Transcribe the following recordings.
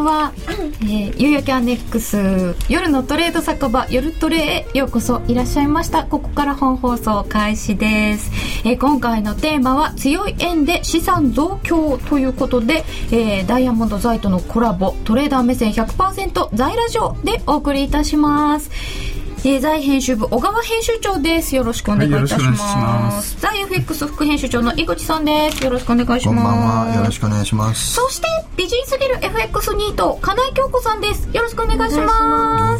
んは、夕焼けアネックス夜のトレード酒場夜トレへようこそいらっしゃいました。ここから本放送開始です。今回のテーマは強い円で資産増強ということで、ダイヤモンド財とのコラボトレーダー目線 100% 財ラジオでお送りいたします。財編集部小川編集長です。よろしくお願いいたします。財 FX 副編集長の井口さんです。よろしくお願いします。 こんばんは、よろしくお願いします。 そして美人すぎる FX ニート金井京子さんです。よろしくお願いします。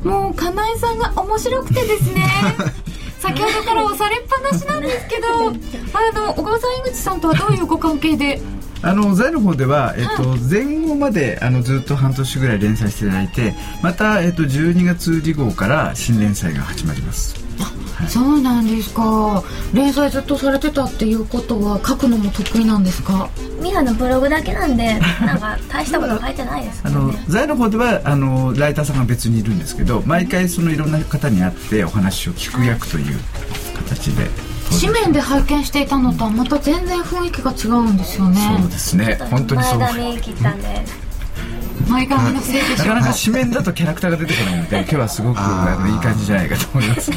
もう金井さんが面白くてですね先ほどから押されっぱなしなんですけど小川さん井口さんとはどういうご関係で？ 財の方では、前後までずっと半年ぐらい連載していただいて、また、12月2号から新連載が始まります。 はい、そうなんですか。連載ずっとされてたっていうことは書くのも得意なんですか？ ミラのブログだけなんでなんか大したこと書いてないですね。 財の方ではライターさんが別にいるんですけど、毎回そのいろんな方に会ってお話を聞く役という形で、 紙面で拝見していたのとはまた全然雰囲気が違うんですよね。 そうですね、本当にそう。 前髪切ったんで前髪のせいでしょうか。 なかなか紙面だとキャラクターが出てこないので今日はすごくいい感じじゃないかと思いますね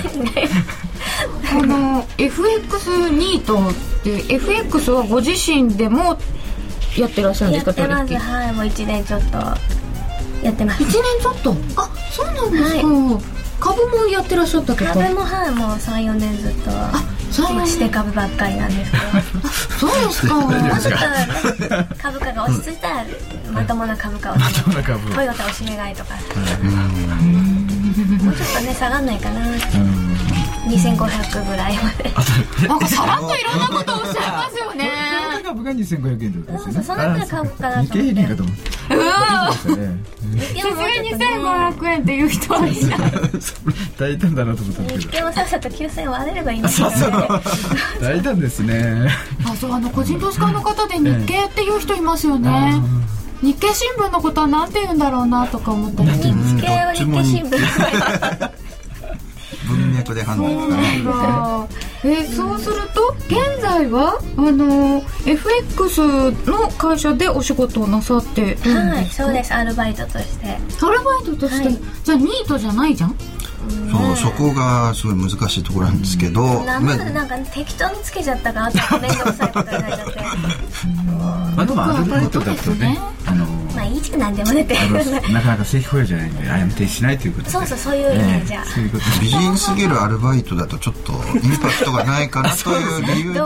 FX ニートっていう FX はご自身でもやってらっしゃるんですか？ やってます。はい、もう1年ちょっとやってます。 1年ちょっと。あ、そうなんですか。はい、株もやってらっしゃったとか？ 株もはい、もう 3,4 年ずっとして株ばっかりなんですけどそうですか。 もうちょっと株価が落ち着いたらまともな株価をトヨタおしめ買いとかもうちょっとね下がんないかな。2500ぐらいまでなんかさらっといろんなことをおっしゃいますよね。 株が2500円とかですよね。 そんな株価だと思って、 日経平均かと思ってうわさすがに2500円っていう人はいない大胆だなと思ったんですけど、 日経もさっさと9000割れればいいんですけどね大胆ですね。 そう、個人投資家の方で日経っていう人いますよね。日経新聞のことはなんて言うんだろうなとか思ったり。 日経は日経新聞文脈で判断ですかね。そうすると現在はFX の会社でお仕事をなさってるんですか？ はい、そうです。アルバイトとして。 アルバイトとして、はい、じゃあニートじゃないじゃん。 そこがすごい難しいところなんですけど、 なんか適当につけちゃったからあと面倒くさいことになっちゃってでもアルバイトだとね、 まあいいじゃんなんでもねってなかなか正規雇用じゃないんで安定しないということで、 そういうイメージは、 美人すぎるアルバイトだとちょっとインパクトがないかなという理由で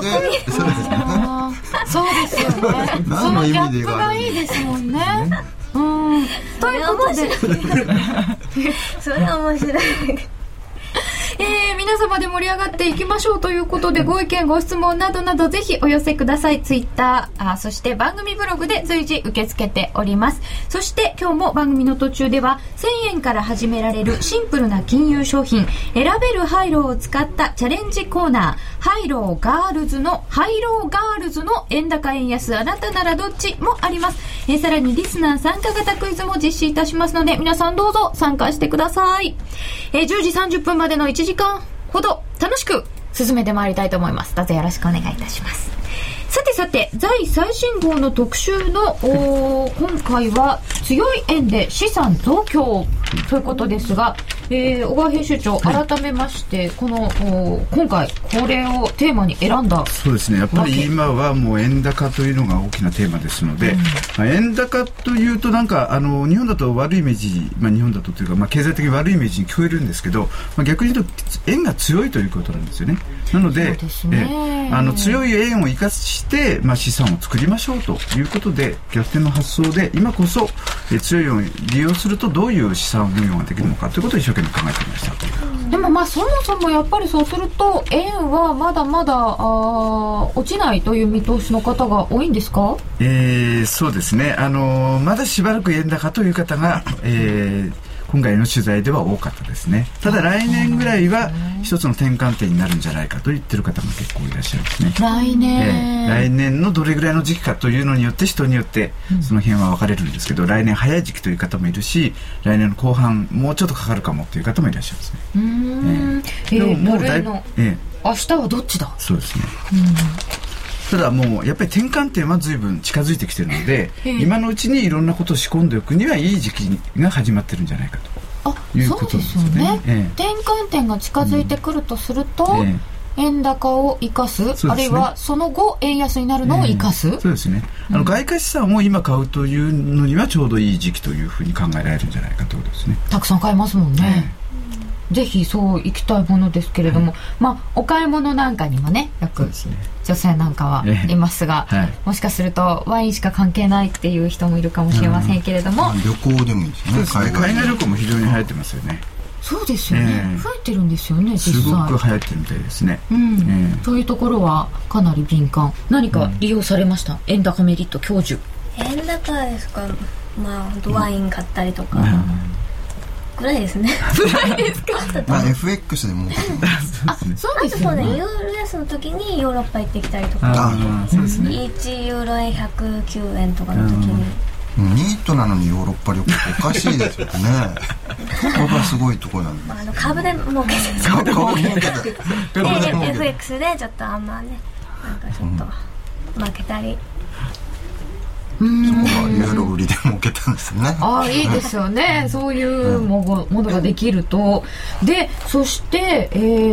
そうですよね。 何の意味でがいいですもんね。ということでそれは面白い皆様で盛り上がっていきましょうということで、ご意見ご質問などなどぜひお寄せください。ツイッターそして番組ブログで随時受け付けております。そして今日も番組の途中では1000円から始められるシンプルな金融商品選べるハイローを使ったチャレンジコーナー、ハイローガールズの円高円安あなたならどっちもあります。さらにリスナー参加型クイズも実施いたしますので皆さんどうぞ参加してください。10時30分までの1時間ほど楽しく進めてまいりたいと思います。どうぞよろしくお願いいたします。さて財最新号の特集の今回は強い円で資産増強ということですが、小川編集長、改めましてこの今回これをテーマに選んだ。 そうですね、やっぱり今はもう円高というのが大きなテーマですので、円高というとなんか日本だと悪いイメージ、日本だとというか、経済的に悪いイメージに聞こえるんですけど、逆に言うと円が強いということなんですよね。なので、強い円を生かして、資産を作りましょうということで逆転の発想で今こそ、強い円を利用するとどういう資産運用ができるのかということを一生懸命考えてみました。 でもそもそもやっぱりそうすると円はまだまだ落ちないという見通しの方が多いんですか？ そうですね、まだしばらく円高という方が、今回の取材では多かったですね。ただ来年ぐらいは一つの転換点になるんじゃないかと言ってる方も結構いらっしゃいますね。来年のどれぐらいの時期かというのによって人によってその辺は分かれるんですけど、来年早い時期という方もいるし、来年の後半もうちょっとかかるかもという方もいらっしゃいますね。 でももう明日はどっちだ？ そうですね。 ただもうやっぱり転換点は随分近づいてきてるので、今のうちにいろんなことを仕込んでおくにはいい時期が始まってるんじゃないかということですね。 そうですよね、転換点が近づいてくるとすると、円高を生かす、あるいはその後円安になるのを生かす、 そうですね。外貨資産を今買うというのにはちょうどいい時期というふうに考えられるんじゃないかということですね。 たくさん買えますもんね、ぜひそう行きたいものですけれども、お買い物なんかにもねよく女性なんかはいますが、もしかするとワインしか関係ないっていう人もいるかもしれませんけれども、 旅行でもいいですね。 海外旅行も非常に流行ってますよね。 そうですよね、増えてるんですよね実際。 すごく流行ってるみたいですね、 そういうところはかなり敏感。何か利用されました、円高メリット享受。 円高ですか、ワイン買ったりとか、ぐらいですね。 ぐらいですか。 FX でもそうですよね。 ユーロ安の時にヨーロッパ行ってきたりとか、1ユーロ円109円とかの時に。 ニートなのにヨーロッパ旅行おかしいですよね。ここがすごいところなんです。 株で儲けて株で儲けて FX でちょっとあんまね、なんかちょっと負けたり、 そこはユーロ売りで儲けたんですね。 いいですよね。そういうものができると。でそして、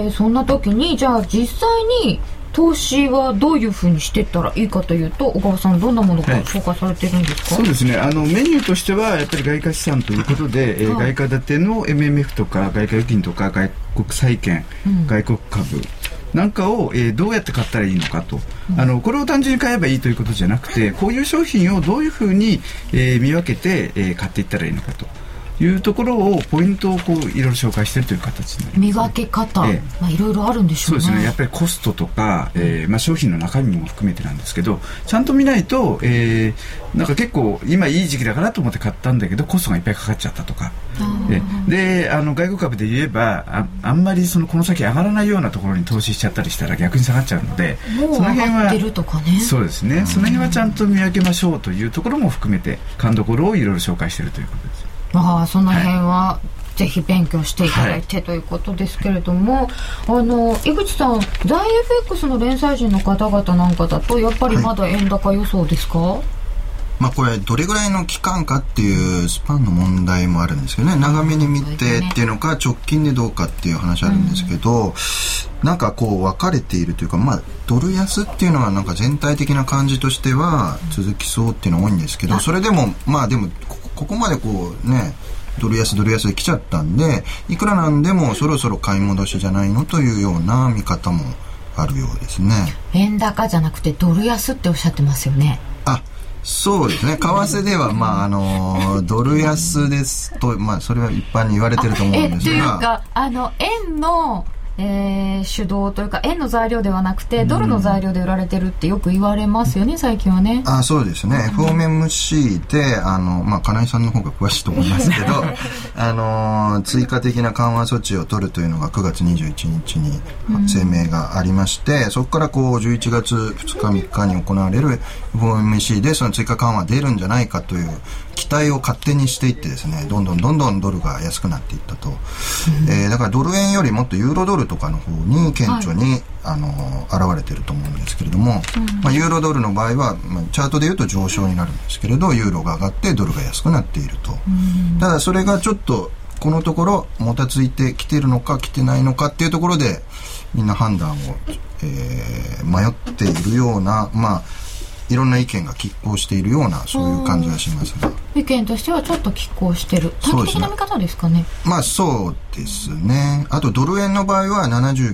そんな時にじゃあ実際に投資はどういうふうにしていったらいいかというと、小川さんどんなものが紹介されているんですか。 そうですね、メニューとしてはやっぱり外貨資産ということで、外貨建ての MMF とか外貨預金とか外国債券、外国株なんかを、どうやって買ったらいいのかと、これを単純に買えばいいということじゃなくて、こういう商品をどういうふうに、見分けて、買っていったらいいのかというところをポイントをいろいろ紹介しているという形になります。 見分け方、いろいろあるんでしょうね。 そうですね、やっぱりコストとか、商品の中身も含めてなんですけど、ちゃんと見ないと、なんか結構今いい時期だからと思って買ったんだけどコストがいっぱいかかっちゃったとか、で外国株で言えばあんまりこの先上がらないようなところに投資しちゃったりしたら逆に下がっちゃうので、 もう上がってるとかね。 そうですね、その辺はちゃんと見分けましょうというところも含めて勘どころをいろいろ紹介しているということです。 その辺は、ぜひ勉強していただいて、ということですけれども、井口さん、在 FX の連載人の方々なんかだとやっぱりまだ円高予想ですか。 これどれぐらいの期間かっていうスパンの問題もあるんですけどね。長めに見てっていうのか直近でどうかっていう話あるんですけど、なんか分かれているというか、ドル安っていうのはなんか全体的な感じとしては続きそうっていうのが多いんですけど、それでもでもここまでドル安で来ちゃったんで、いくらなんでもそろそろ買い戻しじゃないのというような見方もあるようですね。 円高じゃなくてドル安っておっしゃってますよね。 そうですね、為替ではドル安ですと、それは一般に言われてると思うんですが、というか円の主導というか円の材料ではなくてドルの材料で売られてるってよく言われますよね、最近はね。 そうですね、FOMC で金井さんの方が詳しいと思いますけど追加的な緩和措置を取るというのが9月21日に声明がありまして、そこから11月2日3日に行われる FOMC でその追加緩和出るんじゃないかという期待を勝手にしていってですね、どんどんドルが安くなっていったと、だからドル円よりもっとユーロドルとかの方に顕著に、現れていると思うんですけれども、ユーロドルの場合は、チャートでいうと上昇になるんですけれど、ユーロが上がってドルが安くなっていると。ただそれがちょっとこのところもたついてきてるのか来てないのかっていうところでみんな判断を、迷っているような、いろんな意見が拮抗しているようなそういう感じがしますが、 意見としてはちょっと拮抗してる短期的な見方ですかね。 そうですね。あとドル円の場合は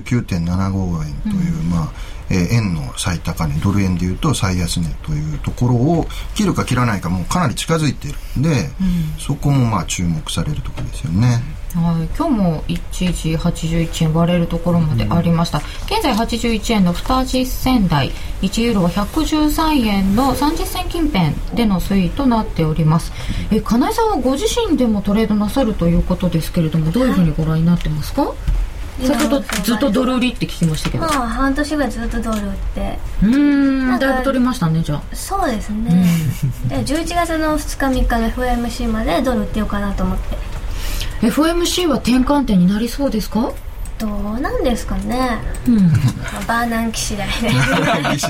79.75 円という、円の最高値、ドル円でいうと最安値というところを切るか切らないかもうかなり近づいているんで、そこも注目されるところですよね。 今日も一時81円割れるところまでありました。現在81円の20銭台、1ユーロは113円の30銭近辺での推移となっております。金井さんはご自身でもトレードなさるということですけれども、どういうふうにご覧になってますか。先ほどずっとドル売りって聞きましたけど、 半年ぐらいずっとドル売って、 だいぶ取りましたね。じゃあそうですね、11月の2日3日の FOMC までドル売ってようかなと思って。 FOMC は転換点になりそうですか。 どうなんですかね、バーナンキ次第で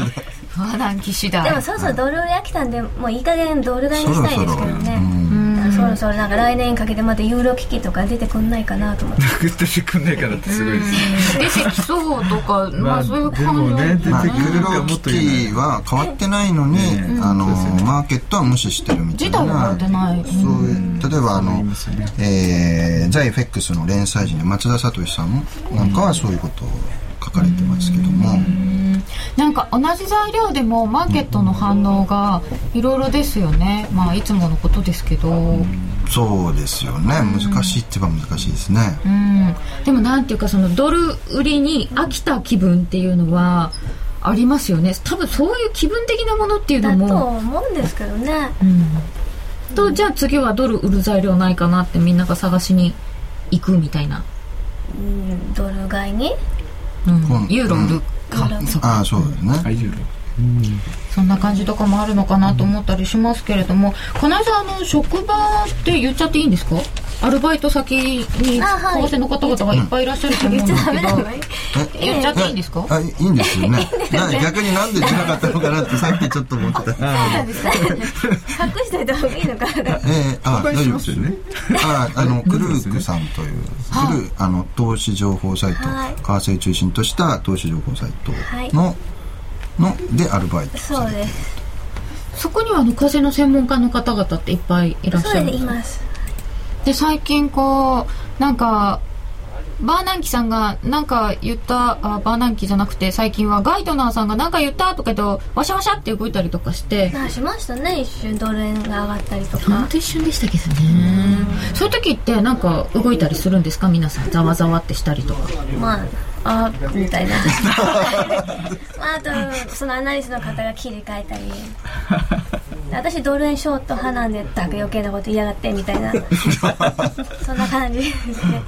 バーナンキ次第。 でもそろそろドル売り飽きたんで、もういい加減ドル買いにしたいですけどね。そろそろなんか来年かけてまたユーロ危機とか出てくんないかなと思って。 出てくんないかなってすごいですね。 出てきそうとか、まあそういう感じでもね、出てくるかユーロ危機は変わってないのに、マーケットは無視してるみたいな。 自体は変わってない。 そういう、例えばザ・FX の連載時に松田聡さんなんかはそういうことを書かれてますけども、 なんか同じ材料でもマーケットの反応がいろいろですよね。まあいつものことですけど。 そうですよね。難しいって言えば難しいですね。 でもなんていうか、そのドル売りに飽きた気分っていうのはありますよね。多分そういう気分的なものっていうのもだと思うんですけどね。 とじゃあ次はドル売る材料ないかなってみんなが探しに行くみたいな。 ドル買いに、 ユーロ売るか。 そうですね。 ユーロ。 そんな感じとかもあるのかなと思ったりしますけれども、この間職場って言っちゃっていいんですか？アルバイト先に為替の方々がいっぱいいらっしゃると思うんですけど、言っちゃっていいんですか？ いいんですよね。逆になんで出なかったのかなってさっきちょっと思ってた。 そうなんです。隠しといた方がいいのかな。 大丈夫ですよね。クルークさんという投資情報サイト、為替中心とした投資情報サイトのでアルバイト。 そうです。 そこには為替の専門家の方々っていっぱいいらっしゃるんですか？ そうです、います。 で最近なんかバーナンキさんが何か言った、バーナンキじゃなくて最近はガイドナーさんが何か言ったとか言うとワシャワシャって動いたりとかしてしましたね。一瞬ドル円が上がったりとか。 ほんと一瞬でしたけどね。そういう時ってなんか動いたりするんですか？皆さんざわざわってしたりとか。 みたいな。あとそのアナリストの方が切り替えたり。私ドル円ショート派なんで余計なこと言いやがってみたいな。そんな感じですね。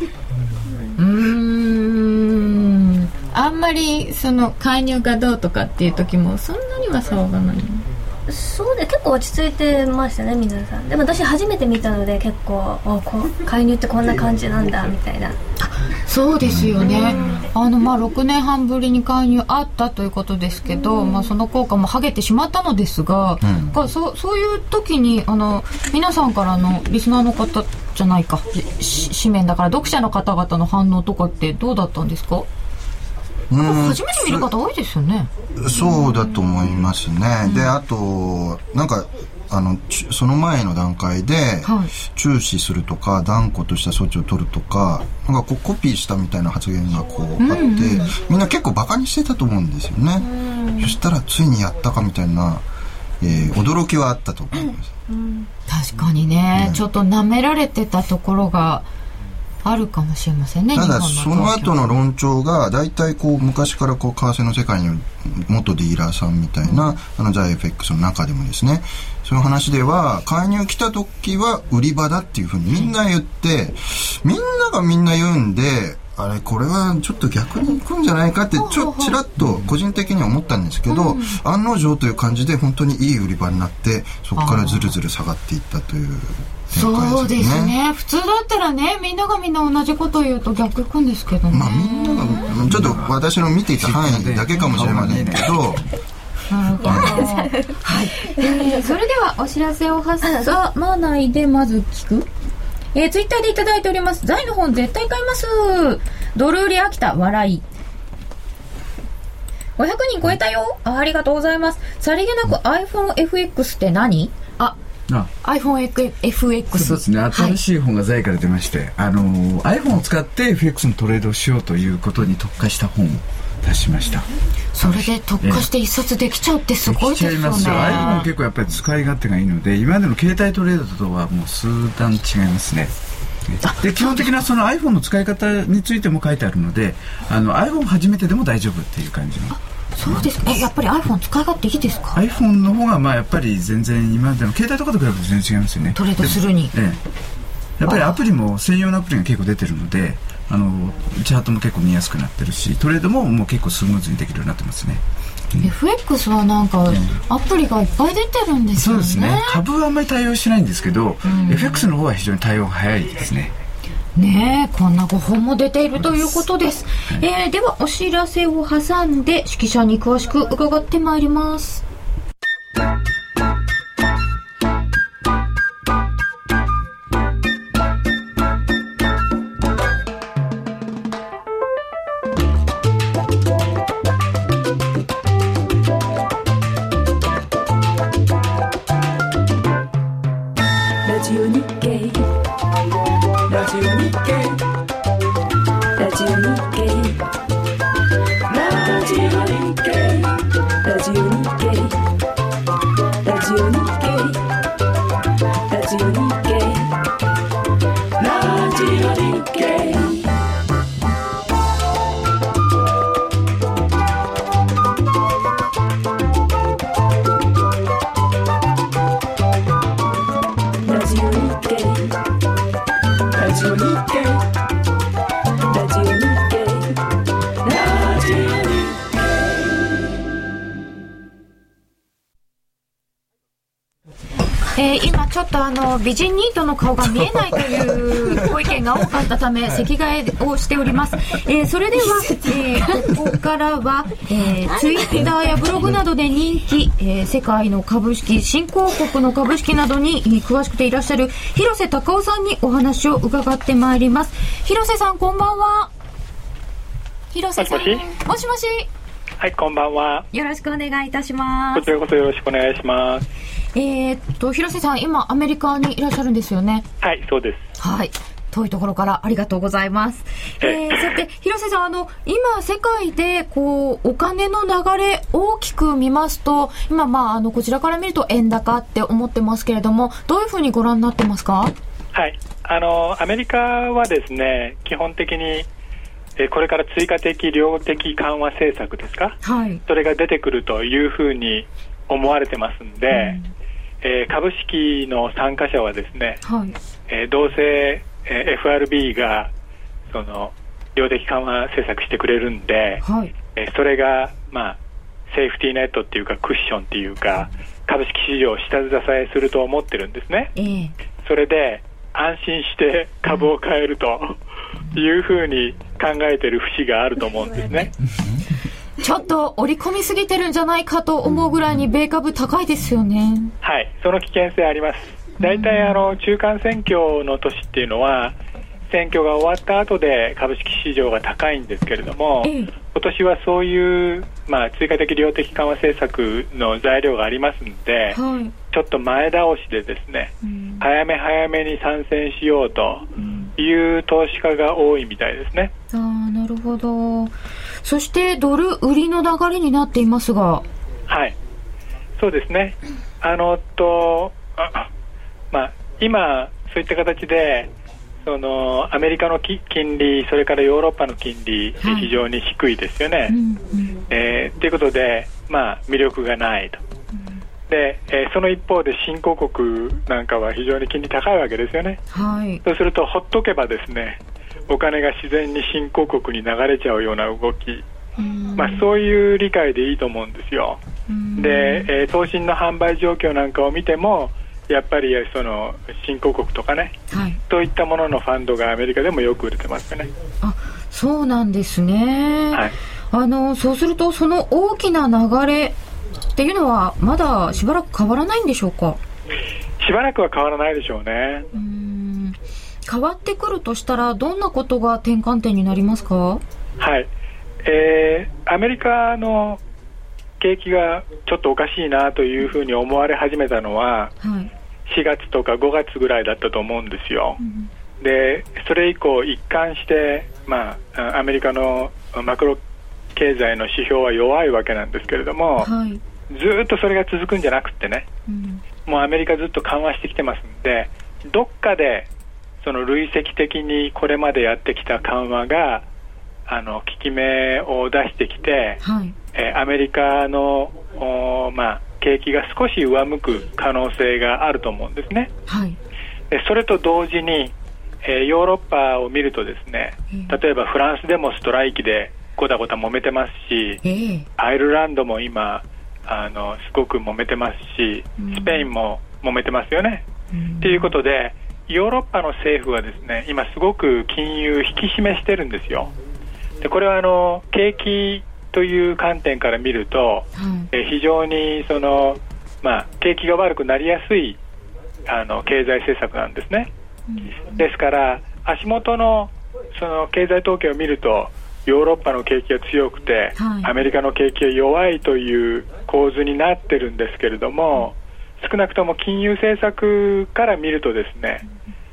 あんまりその介入がどうとかっていう時もそんなには騒がない。 そうで結構落ち着いてましたね、皆さん。でも私初めて見たので結構介入ってこんな感じなんだみたいな。 そうですよね。6年半ぶりに介入あったということですけど、その効果も剥げてしまったのですが、そういう時に皆さんからのリスナーの方じゃないか、紙面だから読者の方々の反応とかってどうだったんですか？初めて見る方多いですよね。 そうだと思いますね。であとなんかその前の段階で注視するとか断固とした措置を取るとか、なんかコピーしたみたいな発言があって、みんな結構バカにしてたと思うんですよね。そしたらついにやったかみたいな、驚きはあったと思います。 確かにね、ちょっと舐められてたところがあるかもしれませんね。 ただその後の論調がだいたい昔から為替の世界に元ディーラーさんみたいなザ・FX の中でもですね、そういう話では介入来た時は売り場だっていうふうにみんな言って、みんながみんな言うんで、これはちょっと逆に行くんじゃないかってちらっと個人的には思ったんですけど、案の定という感じで本当にいい売り場になって、そこからずるずる下がっていったという。 そうですね。普通だったらね、みんながみんな同じことを言うと逆行くんですけどね。 みんながちょっと私の見ていた範囲だけかもしれませんけど。 それではお知らせを挟まないでまず聞く。ツイッターでいただいております。財の本絶対買います。ドル売り飽きた笑い。500人超えたよ。ありがとうございます。さりげなく iPhoneFX って何？iPhoneFX。 そうですね。新しい本が財から出まして、iPhone を使って FX のトレードをしようということに特化した本を出しました。 それで特化して一冊できちゃうってすごいですよね。できちゃいますよ。 iPhone 結構やっぱり使い勝手がいいので、今までの携帯トレードとはもう数段違いますね。で基本的なその iPhone の使い方についても書いてあるので、iPhone 初めてでも大丈夫っていう感じの。 そうですか。やっぱり iPhone 使い勝手いいですか？ iPhone の方がやっぱり全然今までの携帯とかと比べて全然違いますよね。 トレードするに、 やっぱりアプリも専用のアプリが結構出てるので、チャートも結構見やすくなってるし、トレードももう結構スムーズにできるようになってますね。 FX はなんかアプリがいっぱい出てるんですよね。 そうですね。株はあんまり対応しないんですけど、FX の方は非常に対応が早いですね。 ねえ、こんな5本も出ているということです。ではお知らせを挟んで指揮者に詳しく伺ってまいります。今ちょっと美人ニートの顔が見えないというご意見が多かったため席替えをしております。それでは、ここからは、ツイッターやブログなどで人気、世界の株式、新興国の株式などに詳しくていらっしゃる広瀬隆夫さんにお話を伺ってまいります。広瀬さん、こんばんは。広瀬さん、もしもし。 はい、こんばんは。 よろしくお願いいたします。 こちらこそよろしくお願いします。 広瀬さん、今アメリカにいらっしゃるんですよね。 はい、そうです。 はい、遠いところからありがとうございます。さて広瀬さん、今世界でお金の流れ大きく見ますと、今こちらから見ると円高って思ってますけれども、どういうふうにご覧になってますか？ はい、アメリカはですね、基本的にこれから追加的量的緩和政策ですか、はい、それが出てくるというふうに思われてますんで、株式の参加者はですね、はい、どうせ、FRB がその量的緩和政策してくれるんで、はい、それが、セーフティーネットっていうかクッションっていうか株式市場を下支えすると思ってるんですね。それで安心して株を買えるというふうに考えてる節があると思うんですね。 ちょっと織り込みすぎてるんじゃないかと思うぐらいに米株高いですよね。 はい、その危険性あります。大体中間選挙の年っていうのは選挙が終わった後で株式市場が高いんですけれども、今年はそういう、追加的量的緩和政策の材料がありますので、はい、ちょっと前倒しでですね、早めに参戦しようという投資家が多いみたいですね。 なるほど。そしてドル売りの流れになっていますが、 はい、そうですね。今そういった形でそのアメリカの金利、それからヨーロッパの金利、はい、非常に低いですよね。ということで、魅力がないと。で、その一方で新興国なんかは非常に金利高いわけですよね。はい、そうするとほっとけばですね、お金が自然に新興国に流れちゃうような動き、そういう理解でいいと思うんですよ。で、投信の販売状況なんかを見てもやっぱりその新興国とかね、はい、そういったもののファンドがアメリカでもよく売れてますよね。 そうなんですね。はい、そうするとその大きな流れっていうのはまだしばらく変わらないんでしょうか？ しばらくは変わらないでしょうね。 変わってくるとしたらどんなことが転換点になりますか？ はい、アメリカの景気がちょっとおかしいなというふうに思われ始めたのは、4月とか5月ぐらいだったと思うんですよ。で、それ以降一貫して、アメリカのマクロ経済の指標は弱いわけなんですけれども、ずっとそれが続くんじゃなくってね、もうアメリカずっと緩和してきてますんで、どっかでその累積的にこれまでやってきた緩和が効き目を出してきて、アメリカの景気が少し上向く可能性があると思うんですね。でそれと同時に、ヨーロッパを見るとですね、例えばフランスでもストライキでごたごた揉めてますし、アイルランドも今すごく揉めてますし、スペインも揉めてますよね。ということで、 ヨーロッパの政府はですね、今すごく金融引き締めしてるんですよ。でこれは景気という観点から見ると、非常に景気が悪くなりやすい経済政策なんですね。ですから足元のその経済統計を見るとヨーロッパの景気が強くて、アメリカの景気が弱いという構図になってるんですけれども、少なくとも金融政策から見るとですね、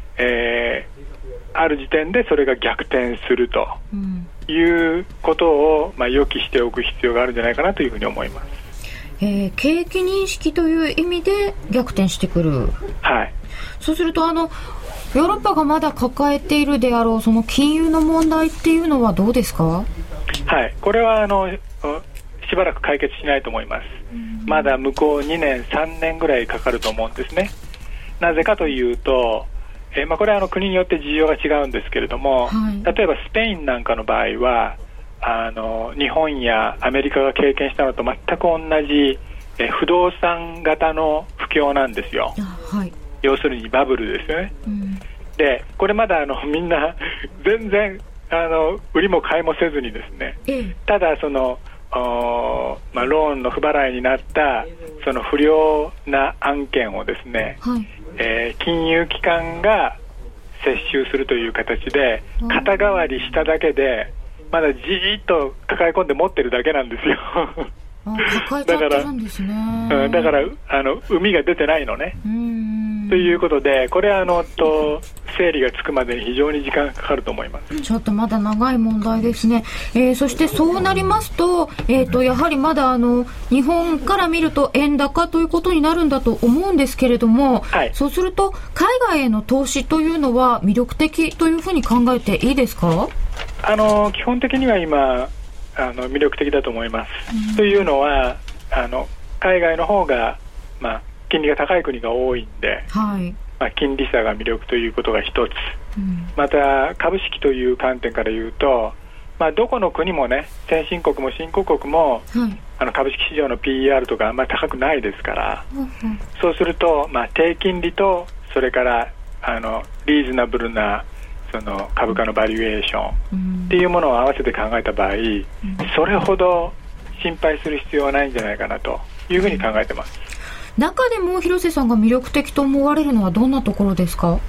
ある時点でそれが逆転するということを、予期しておく必要があるんじゃないかなというふうに思います。 景気認識という意味で逆転してくる。 はい。 そうするとヨーロッパがまだ抱えているであろうその金融の問題っていうのはどうですか？ はい、これはしばらく解決しないと思います。まだ向こう2年3年ぐらいかかると思うんですね。なぜかというと、これは国によって事情が違うんですけれども、例えばスペインなんかの場合は日本やアメリカが経験したのと全く同じ不動産型の不況なんですよ。要するにバブルですよね。でこれまだみんな全然売りも買いもせずにですね、ただローンの不払いになったその不良な案件をですね、金融機関が接収するという形で肩代わりしただけでまだじーっと抱え込んで持ってるだけなんですよ。 抱えちゃってるんですね。 だから海が出てないのね。ということでこれは整理がつくまでに非常に時間がかかると思います。 ちょっとまだ長い問題ですね。そしてそうなりますと、やはりまだ日本から見ると円高ということになるんだと思うんですけれども、そうすると海外への投資というのは魅力的というふうに考えていいですか？ 基本的には今魅力的だと思います。というのは海外の方が、金利が高い国が多いんで、金利差が魅力ということが一つ、また株式という観点から言うと、どこの国もね、先進国も新興国も、株式市場の PER とかあんまり高くないですから、そうすると、低金利とそれからリーズナブルなその株価のバリュエーションっていうものを合わせて考えた場合、それほど心配する必要はないんじゃないかなというふうに考えてます。 中でも広瀬さんが魅力的と思われるのはどんなところですか？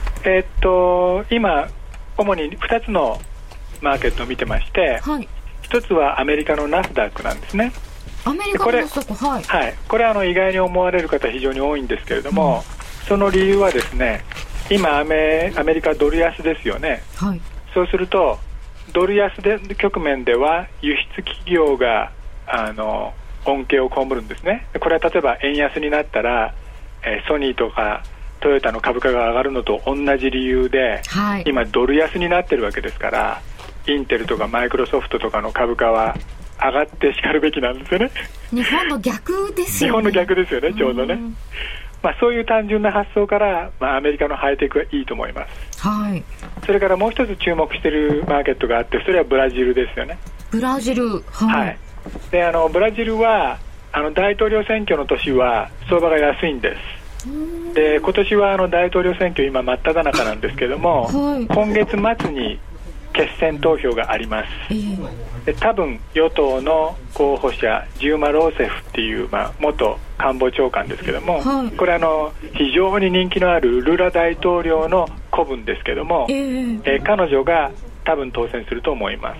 今主に2つのマーケットを見てまして、1つはアメリカのナスダックなんですね。 アメリカのナスダック、 これは意外に思われる方非常に多いんですけれども、その理由はですね、今アメリカドル安ですよね。そうするとドル安で局面では輸出企業が恩恵を被るんですね。これは例えば円安になったら、ソニーとかトヨタの株価が上がるのと同じ理由で、今ドル安になってるわけですから、インテルとかマイクロソフトとかの株価は上がってしかるべきなんですよね。 日本の逆ですよね。 日本の逆ですよね、ちょうどね。そういう単純な発想から、アメリカのハイテクはいいと思います。それからもう一つ注目しているマーケットがあって、それはブラジルですよね。 ブラジル、 でブラジルは大統領選挙の年は相場が安いんです。で今年は大統領選挙今真っ只中なんですけども、今月末に決選投票があります。で多分与党の候補者ジューマ・ローセフっていう、元官房長官ですけども、これ非常に人気のあるルラ大統領の子分ですけども、彼女が多分当選すると思います。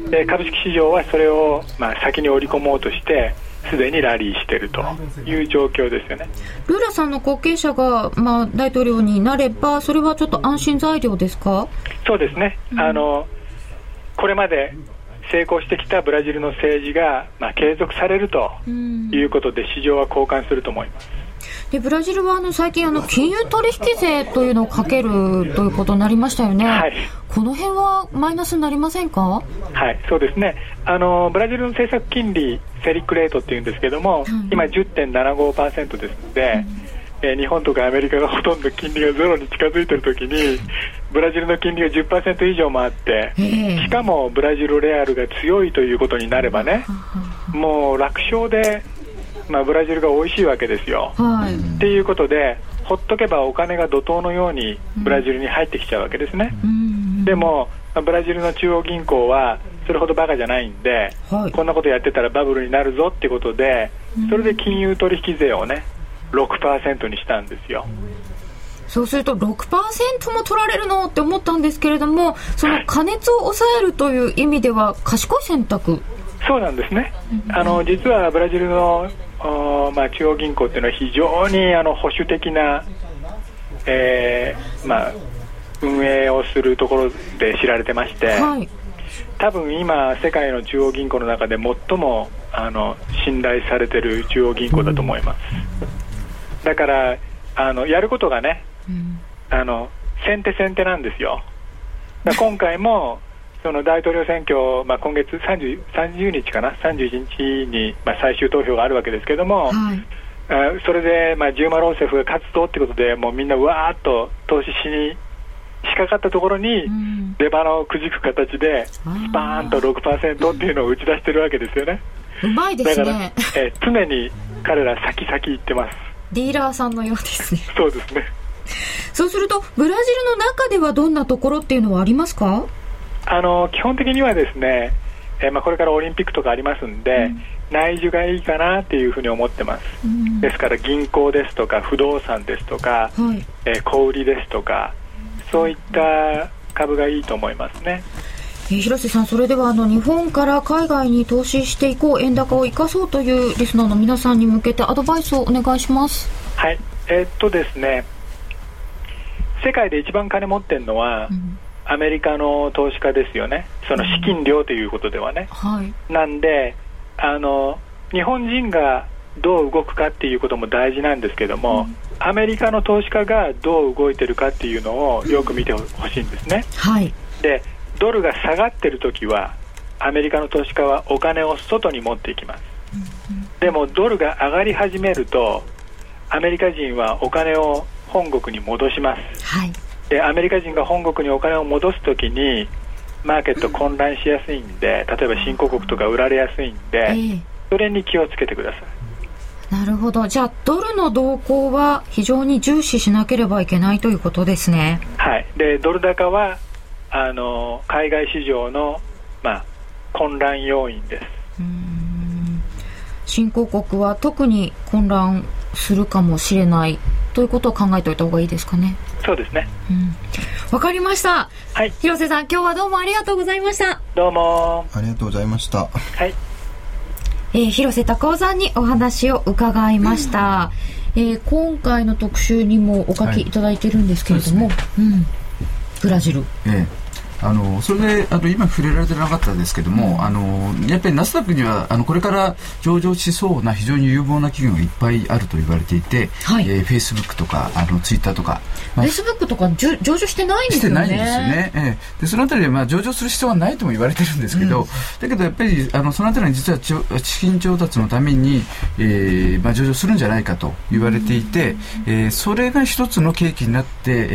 で株式市場はそれを、先に織り込もうとしてすでにラリーしているという状況ですよね。 ルラさんの後継者が、大統領になればそれはちょっと安心材料ですか？ そうですね、これまで成功してきたブラジルの政治が、継続されるということで市場は交換すると思います。 でブラジルは最近金融取引税というのをかけるということになりましたよね。この辺はマイナスになりませんか？ そうですね。ブラジルの政策金利セリックレートっていうんですけども、今 10.75% ですので、日本とかアメリカがほとんど金利がゼロに近づいているときにブラジルの金利が 10% 以上もあって、しかもブラジルレアルが強いということになればね、もう楽勝で、ブラジルが美味しいわけですよ。っていうことでほっとけばお金が怒涛のようにブラジルに入ってきちゃうわけですね、でもブラジルの中央銀行はそれほどバカじゃないんで、こんなことやってたらバブルになるぞってことで、それで金融取引税をね 6% にしたんですよ。 そうすると 6% も取られるのって思ったんですけれども、その過熱を抑えるという意味では賢い選択。 そうなんですね。実はブラジルの中央銀行っていうのは非常に保守的な、運営をするところで知られてまして、多分今世界の中央銀行の中で最も信頼されている中央銀行だと思います、だからやることがね、先手なんですよ。今回もその大統領選挙、今月30日かな、31日に、最終投票があるわけですけども、それで、ジルマ・ローセフが勝つぞってことで、もうみんなわーっと投資しに仕掛かったところに、出鼻をくじく形でスパーンと 6% っていうのを打ち出してるわけですよね。 うまいですね。 だから、常に彼ら先行ってます。 ディーラーさんのようですね。 そうですね。 そうするとブラジルの中ではどんなところっていうのはありますか？ 基本的にはですね、これからオリンピックとかありますんで、内需がいいかなっていうふうに思ってます、ですから銀行ですとか不動産ですとか、小売りですとか、そういった株がいいと思いますね。 広瀬さん、それでは日本から海外に投資していこう、円高を生かそうというリスナーの皆さんに向けてアドバイスをお願いします。 はい、ですね、世界で一番金持ってるのは、アメリカの投資家ですよね。その資金量ということではね、なんで日本人がどう動くかっていうことも大事なんですけども、アメリカの投資家がどう動いてるかっていうのをよく見てほしいんですね、でドルが下がってるときはアメリカの投資家はお金を外に持っていきます、でもドルが上がり始めるとアメリカ人はお金を本国に戻します、でアメリカ人が本国にお金を戻すときにマーケット混乱しやすいんで、例えば新興国とか売られやすいんで、それに気をつけてください。 なるほど。じゃあドルの動向は非常に重視しなければいけないということですね。 でドル高は海外市場の、混乱要因です。 新興国は特に混乱するかもしれないということを考えておいた方がいいですかね。 そうですね。 わかりました。広瀬さん、今日はどうもありがとうございました。 どうもありがとうございました。 広瀬隆夫さんにお話を伺いました、今回の特集にもお書きいただいているんですけれども、ブラジル、 それで今触れられてなかったですけども、やっぱりナスダックにはこれから上場しそうな非常に有望な企業がいっぱいあると言われていて、Facebook とかツイッターとか、 Facebook とか上場してないんですよね。 してないんですよね、でそのあたりで上場する必要はないとも言われてるんですけど、だけどやっぱりそのあたりに実は資金調達のために、上場するんじゃないかと言われていて、それが一つの契機になって、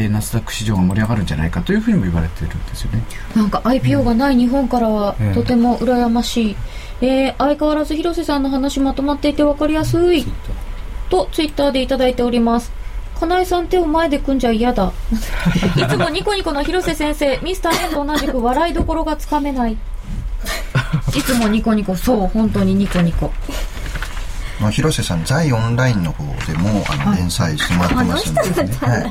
ナスダック市場が盛り上がるんじゃないかというふうにも言われているんですよね。 なんか IPO がない日本からはとても羨ましい、相変わらず広瀬さんの話まとまっていて分かりやすいとツイッターでいただいております。金井さん、手を前で組んじゃ嫌だいつもニコニコの広瀬先生、ミスター N と同じく笑いどころがつかめないいつもニコニコ。そう、本当にニコニコ。 広瀬さん、在オンラインの方でも連載してもらってますので、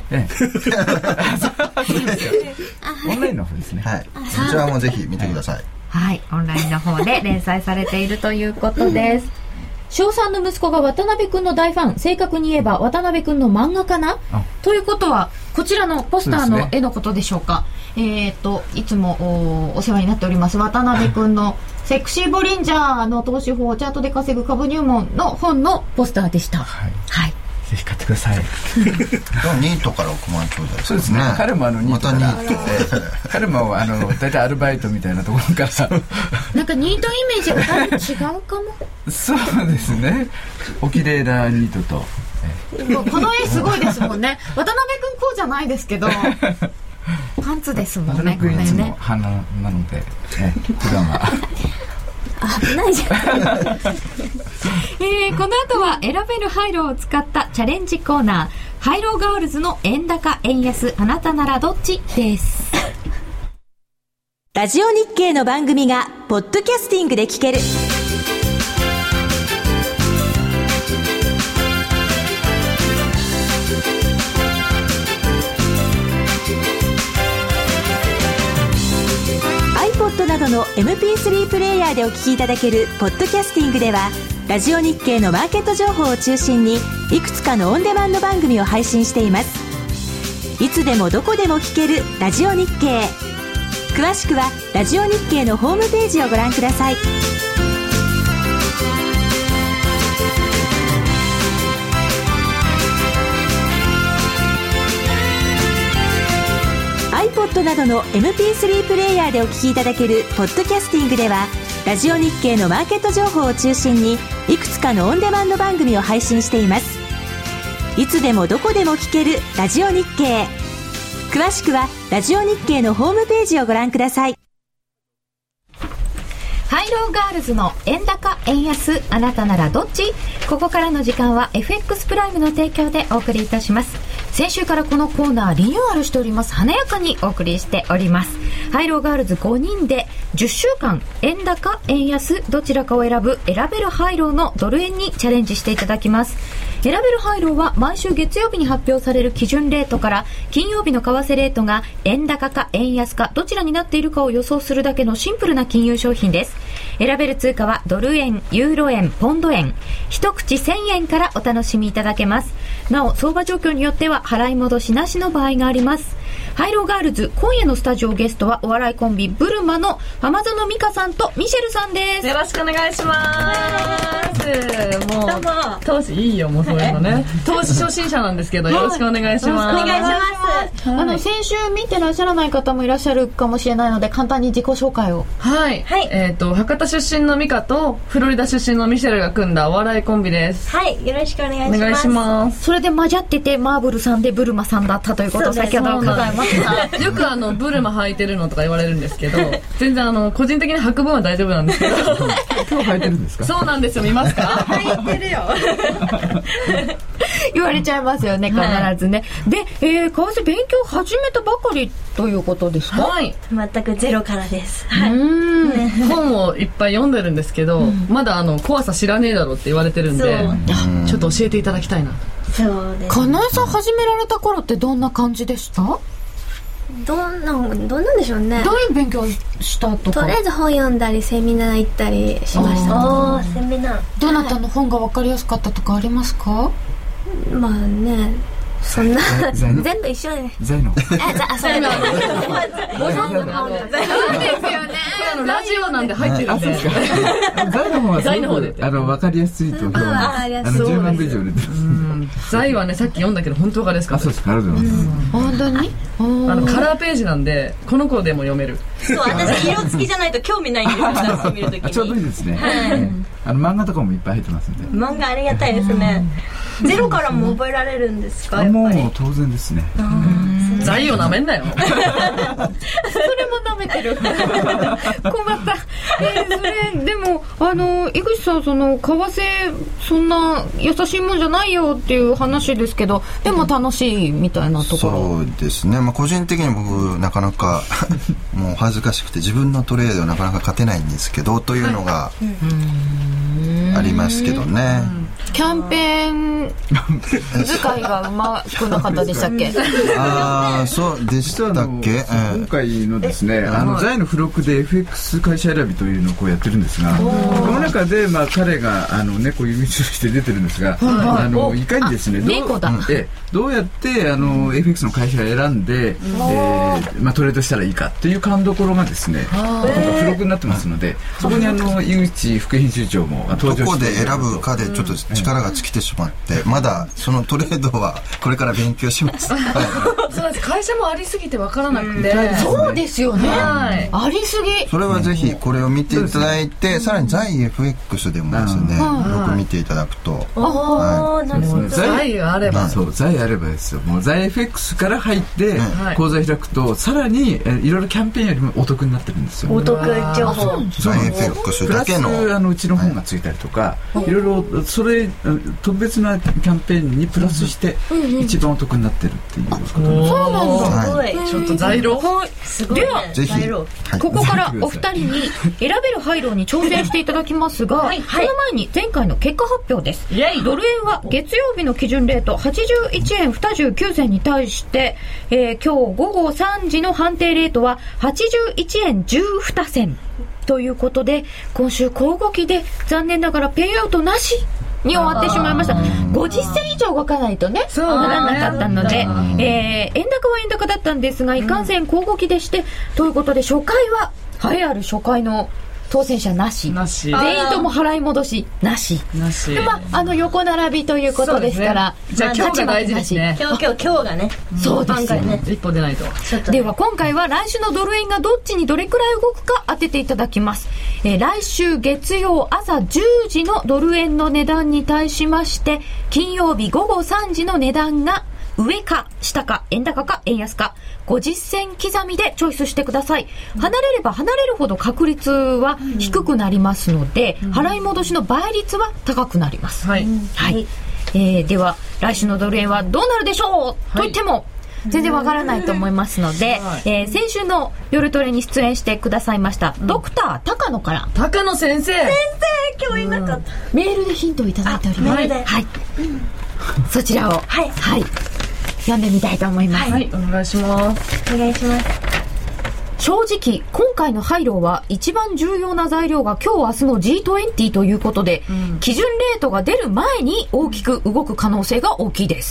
オンラインの方ですね。 そちらもぜひ見てください。 オンラインの方で連載されているということです翔さんの息子が渡辺くんの大ファン、正確に言えば渡辺くんの漫画かなということは、こちらのポスターの絵のことでしょうか。いつもお世話になっております渡辺くんのセクシーボリンジャーの投資法をチャートで稼ぐ株入門の本のポスターでした。 ぜひ買ってください。 ニートから億万長者ですね。 そうですね。彼もニートから、彼も大体アルバイトみたいなところからなんかニートイメージがだいぶ違うかも。 そうですね。お綺麗なニートと、 この絵すごいですもんね。渡辺君こうじゃないですけどパンツですもんね。 渡辺君いつも鼻なので、普段は危ないじゃん。 この後は選べるハイローを使ったチャレンジコーナー、ハイローガールズの円高円安あなたならどっちです。 ラジオ日経の番組がポッドキャスティングで聞ける。iPod などの MP3 プレイヤーでお聞きいただけるポッドキャスティングでは、ラジオ日経のマーケット情報を中心にいくつかのオンデマンド番組を配信しています。いつでもどこでも聞けるラジオ日経。詳しくはラジオ日経のホームページをご覧ください。iPod などの MP3 プレイヤーでお聞きいただけるポッドキャスティングでは、ラジオ日経のマーケット情報を中心にいくつかのオンデマンド番組を配信しています。いつでもどこでも聞けるラジオ日経。詳しくはラジオ日経のホームページをご覧ください。 ハイローガールズの円高円安あなたならどっち。ここからの時間は FX プライムの提供でお送りいたします。先週からこのコーナーリニューアルしております。華やかにお送りしております。ハイローガールズ5人で10週間円高円安どちらかを選べるハイローのドル円にチャレンジしていただきます。選べるハイローは毎週月曜日に発表される基準レートから金曜日の為替レートが円高か円安かどちらになっているかを予想するだけのシンプルな金融商品です。選べる通貨はドル円、ユーロ円、ポンド円、一口1000円からお楽しみいただけます。なお相場状況によっては払い戻しなしの場合があります。ハイローガールズ今夜のスタジオゲストはお笑いコンビブルマの浜園美香さんとミシェルさんです。 よろしくお願いします。もう投資いいよ、もうそういうのね。投資初心者なんですけどよろしくお願いします。 お願いします。 先週見てらっしゃらない方もいらっしゃるかもしれないので簡単に自己紹介を。 はい、はい、博多出身のミカとフロリダ出身のミシェルが組んだお笑いコンビです。 はい、よろしくお願いします。 お願いします。 それで混じっててマーブルさんでブルマさんだったということを先ほど伺いました。 よくブルマ履いてるのとか言われるんですけど全然個人的に履く分は大丈夫なんですけど今日履いてるんですか？ そうなんですよ。見ますか？ 履いてるよ言われちゃいますよね、必ずね、はい、で、為替勉強始めたばかりということですか？ はい、 全くゼロからです、 はい、本をいっぱい読んでるんですけど、まだ怖さ知らねえだろって言われてるんでちょっと教えていただきたいな。 そうです。 かなえさん始められた頃ってどんな感じでした？ どんなんでしょうね。 どういう勉強したとか？ とりあえず本読んだりセミナー行ったりしました。セミナーどなたの本が分かりやすかったとかありますか？ まあね、そんな全部一緒で財の財のご存知のですよね。ラジオなんで入ってるんで財の方は財の方で分かりやすいと10万部以上売れてます。 財はねさっき読んだけど本当分かりやすかった。 そうです。ありがとうございます。 本当にカラーページなんでこの子でも読める。 そう、私色付きじゃないと興味ないんですよ。私見るときにちょうどいいですね。漫画とかもいっぱい入ってますんで。 漫画ありがたいですね。ゼロからも覚えられるんですか？ もう当然ですね。 財をなめんなよ。 それもなめてる。困った。それでも井口さん為替そんな優しいもんじゃないよっていう話ですけど、でも楽しいみたいなところ。 そうですね。個人的に僕なかなかもう恥ずかしくて自分のトレードはなかなか勝てないんですけどというのがありますけどね。 キャンペーン使いがうまくなかったでしたっけ？ そうでしたっけ？ 今回のですね財の付録で FX 会社選びというのをこうやってるんですが、この中で彼がこういう道として出てるんですが、いかにですねどうやって FX の会社を選んでトレードしたらいいかという勘どころがですね付録になってますので、そこに井口副編集長も登場して、 どこで選ぶかでちょっと力が尽きてしまってで、まだそのトレードはこれから勉強します。 そうです。会社もありすぎて分からなくて。 そうですよね。ありすぎ。 それはぜひこれを見ていただいて、さらに在 FX でもですね、よく見ていただくと。 なるほど。 在あれば。 そう、在あればですよ。もう在 FX から入って口座開くと、さらにいろいろキャンペーンよりもお得になってるんですよ。 お得情報。 在 FX だけの。 プラスうちの本がついたりとか、いろいろそれ特別なキャンペーンにプラスして一番お得になってるっていうことです。 そうなんだ。 ちょっと材料。 すごい。 ではぜひここからお二人に選べる配慮に挑戦していただきますが、その前に前回の結果発表です。ドル円は月曜日の基準レート81円29銭に対して、今日午後3時の判定レートは81円12銭ということで、今週小動きで残念ながらペイアウトなしに終わってしまいました。50銭以上動かないとねならなかったので、円高は円高だったんですが、いかんせん小動きでして、ということで初回は栄えある初回の当選者なし、全員とも払い戻しなしで、横並びということですから、 じゃあ今日が大事ですね。 今日がね。 そうですよね。 一歩出ないと。 では今回は来週のドル円がどっちにどれくらい動くか当てていただきます。来週月曜朝10時のドル円の値段に対しまして、金曜日午後3時の値段が上か下か、円高か円安か、50銭刻みでチョイスしてください。離れれば離れるほど確率は低くなりますので、払い戻しの倍率は高くなります。はい。では来週のドル円はどうなるでしょう、と言っても全然わからないと思いますので、先週の夜トレに出演してくださいました、ドクター高野から、 高野先生今日いなかった。 メールでヒントをいただいております。そちらを読んでみたいと思います。 お願いします。 お願いします。 正直今回の配慮は一番重要な材料が今日明日の G20 ということで、基準レートが出る前に大きく動く可能性が大きいです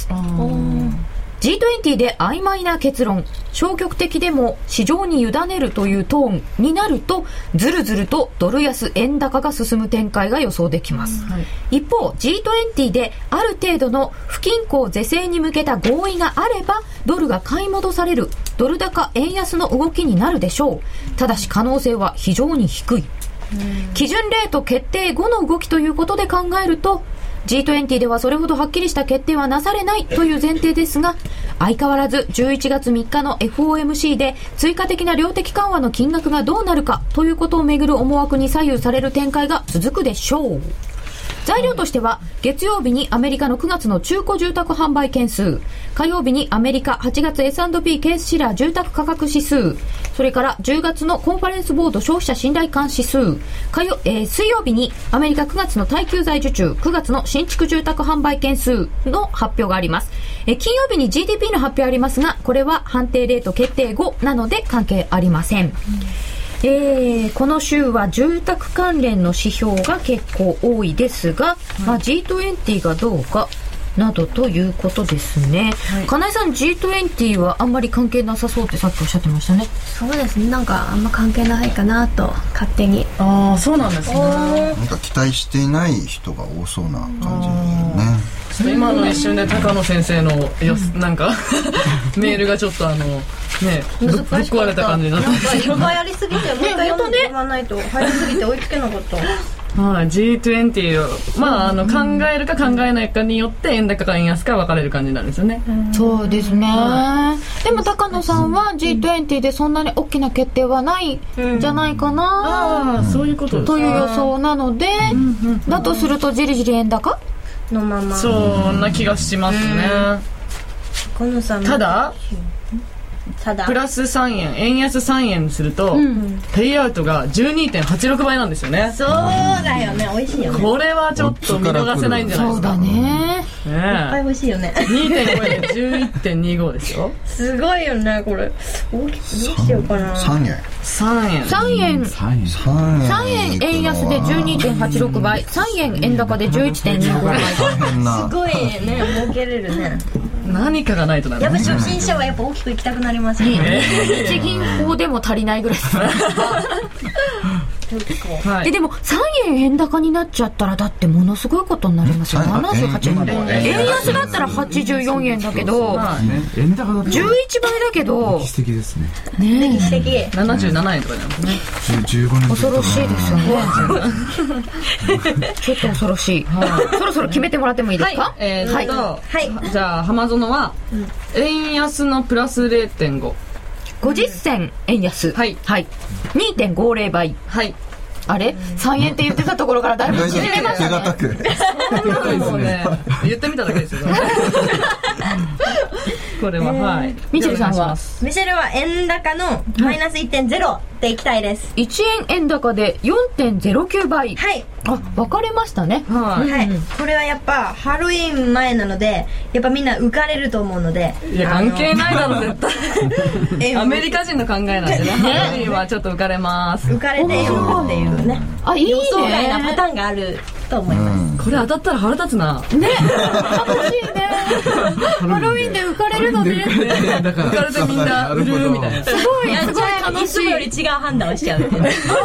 。G20 で曖昧な結論、消極的でも市場に委ねるというトーンになると、ずるずるとドル安円高が進む展開が予想できます。一方 G20 である程度の不均衡是正に向けた合意があれば、ドルが買い戻されるドル高円安の動きになるでしょう。ただし可能性は非常に低い。基準レート決定後の動きということで考えると、G20 ではそれほどはっきりした決定はなされないという前提ですが、相変わらず11月3日の FOMC で追加的な量的緩和の金額がどうなるかということをめぐる思惑に左右される展開が続くでしょう。材料としては、月曜日にアメリカの9月の中古住宅販売件数、火曜日にアメリカ8月 S&P ケースシラー住宅価格指数、それから10月のコンファレンスボード消費者信頼感指数、水曜日にアメリカ9月の耐久財受注、9月の新築住宅販売件数の発表があります。金曜日に GDP の発表ありますが、これは判定レート決定後なので関係ありません。この週は住宅関連の指標が結構多いですが、G20 がどうかなどということですね。金井さん、 G20 はあんまり関係なさそうってさっきおっしゃってましたね。 そうですね、なんかあんま関係ないかなと勝手に。 そうなんですね。 なんか期待していない人が多そうな感じね。 今の一瞬で高野先生のなんかメールがちょっとぶっ壊れた感じになってます。 いっぱいありすぎてもう一回読まないと早すぎて追いつけなかった。 G20 を、考えるか考えないかによって円高か円安か分かれる感じになるんですよね。 そうですね。でも高野さんは G20 でそんなに大きな決定はないんじゃないかな、 そういうことですという予想なので、だとするとじりじり円高のまま、 そんな気がしますね。ただプラス3円円安3円すると、ペイアウトが 12.86 倍なんですよね。 そうだよね、美味しいよね。 これはちょっと見逃せないんじゃないですか。 そうだね、 いっぱい美味しいよね。 2.5 円で 11.25 ですよ。 すごいよね、これ大きくどうしようかな。 3円円安で 12.86 倍、3円円高で 11.25 倍。 すごいね、儲けれるね。 何かがないとなるね。 やっぱ初心者はやっぱ大きくいきたくなりますよね。 日銀法でも足りないぐらいです。 はい、でも3円円高になっちゃったらだってものすごいことになりますよ。78円で円安だったら84円だけど、 円高だと 11倍だけど歴史的ですね。 歴史的。 77円とかなんですね。 15年恐ろしいですよね。ちょっと恐ろしい。そろそろ決めてもらってもいいですか？ じゃあ浜園は円安のプラス 0.5。 50銭円安。はい。2.50 倍。はい。あれ3円って言ってたところから誰も決めましたね。 もうね、言ってみただけですよ。これは、はい。 ミシェルさんは？ ミシェルは円高のマイナス 1.0 でいきたいです。 1円円高で 4.09 倍。はい。あ、分かれましたね。 はい。これはやっぱハロウィーン前なので、やっぱみんな浮かれると思うので。 いや、関係ないだろ、絶対。アメリカ人の考えなんでね。ハロウィーンはちょっと浮かれます。 浮かれているっていうね。 あ、いいね。 予想外なパターンがあると思います。 これ当たったら腹立つな。 ね。楽しいね。ハロウィーンで浮かれるのね。 浮かれてみんな売るみたいな。 すごい楽しい。 いつもより違う判断をしちゃうっていう。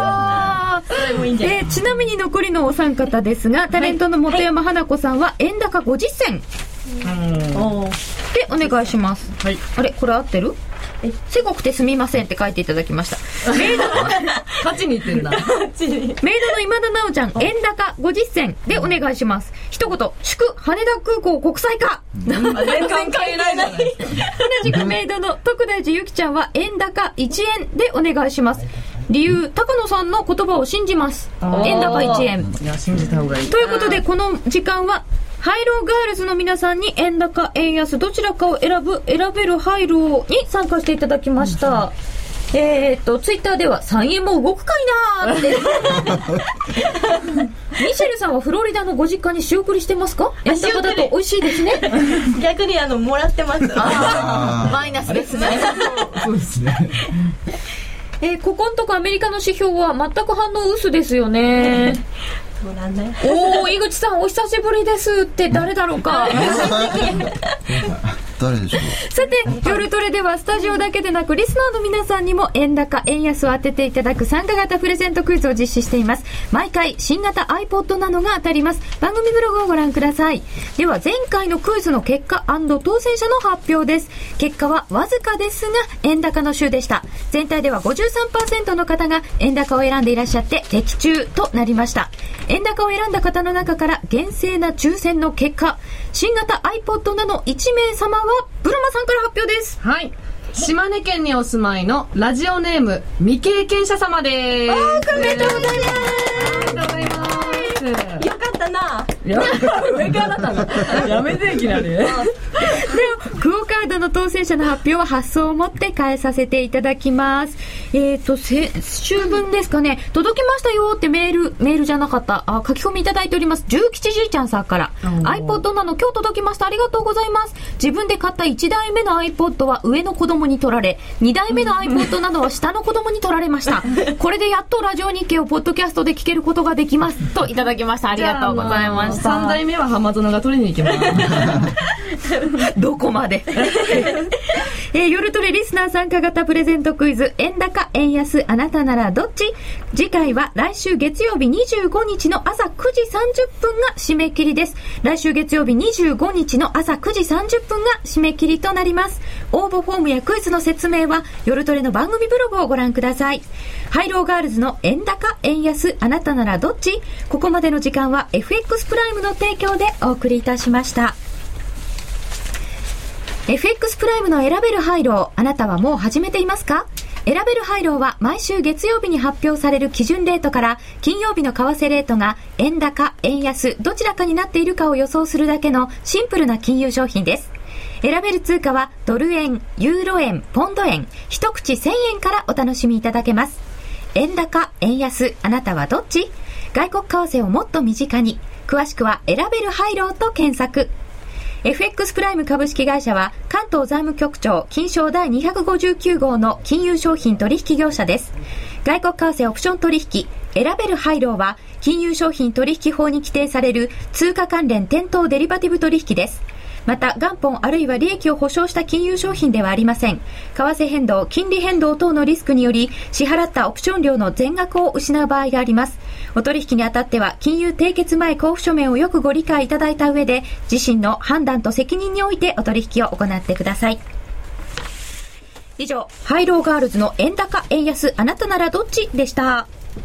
ちなみに残りのお三方ですが、タレントの本山花子さんは円高50銭でお願いします。あれこれ合ってる？せこくてすみませんって書いていただきました。メイドの勝ちにいってるな。メイドの今田奈緒ちゃん円高50銭でお願いします。一言祝羽田空港国際化。 全然関係ないじゃない。 同じくメイドの徳大寺ゆきちゃんは円高1円でお願いします。理由、高野さんの言葉を信じます。円高1円。 いや、信じた方がいい。 ということでこの時間はハイローガールズの皆さんに円高円安どちらかを選べるハイローに参加していただきました。ツイッターでは3円も動くかいなーってミシェルさんはフロリダのご実家に仕送りしてますか？円高だと美味しいですね。 逆にもらってます。 マイナスですね。 そうですね。 ここんとこアメリカの指標は全く反応薄ですよね。 そうなんだよ。 井口さんお久しぶりですって誰だろうか。 誰でしょう。 さて夜トレではスタジオだけでなくリスナーの皆さんにも円高円安を当てていただく参加型プレゼントクイズを実施しています。毎回新型 iPod などが当たります。番組ブログをご覧ください。では前回のクイズの結果&当選者の発表です。結果はわずかですが円高の週でした。全体では 53% の方が円高を選んでいらっしゃって的中となりました。円高を選んだ方の中から厳正な抽選の結果、新型 iPod など1名様はブルマさんから発表です。 はい。島根県にお住まいのラジオネーム未経験者様です。 おめでとうございます。 ありがとうございます。 よかったな。 上からだったの。やめていきなり。ではクオカードの当選者の発表は発送をもって返させていただきます。先週分ですかね、届きましたよってメールじゃなかった。書き込みいただいております。重吉じいちゃんさんから。iPod なの今日届きました。ありがとうございます。自分で買った1台目の iPod は上の子供に取られ、2台目の iPod などは下の子供に取られました。これでやっとラジオ日経をポッドキャストで聞けることができます。といただきました。ありがとうございました。 3台目は浜園が取りに行きます。 どこまで夜トレリスナー参加型プレゼントクイズ円高円安あなたならどっち。次回は来週月曜日25日の朝9時30分が締め切りです。来週月曜日25日の朝9時30分が締め切りとなります。応募フォームやクイズの説明は夜トレの番組ブログをご覧ください。ハイローガールズの円高円安あなたならどっち。ここまでの時間は FX プライムの提供でお送りいたしました。FX プライムの選べるハイロー、あなたはもう始めていますか？選べるハイローは毎週月曜日に発表される基準レートから金曜日の為替レートが円高円安どちらかになっているかを予想するだけのシンプルな金融商品です。選べる通貨はドル円、ユーロ円、ポンド円、一口1000円からお楽しみいただけます。円高円安あなたはどっち？外国為替をもっと身近に。詳しくは選べるハイローと検索。FX プライム株式会社は関東財務局長金商第259号の金融商品取引業者です。外国為替オプション取引選べるハイローは金融商品取引法に規定される通貨関連店頭デリバティブ取引です。 また元本あるいは利益を保証した金融商品ではありません。為替変動、金利変動等のリスクにより支払ったオプション料の全額を失う場合があります。お取引にあたっては金融締結前交付書面をよくご理解いただいた上で自身の判断と責任においてお取引を行ってください。以上、ハイローガールズの円高円安あなたならどっちでした。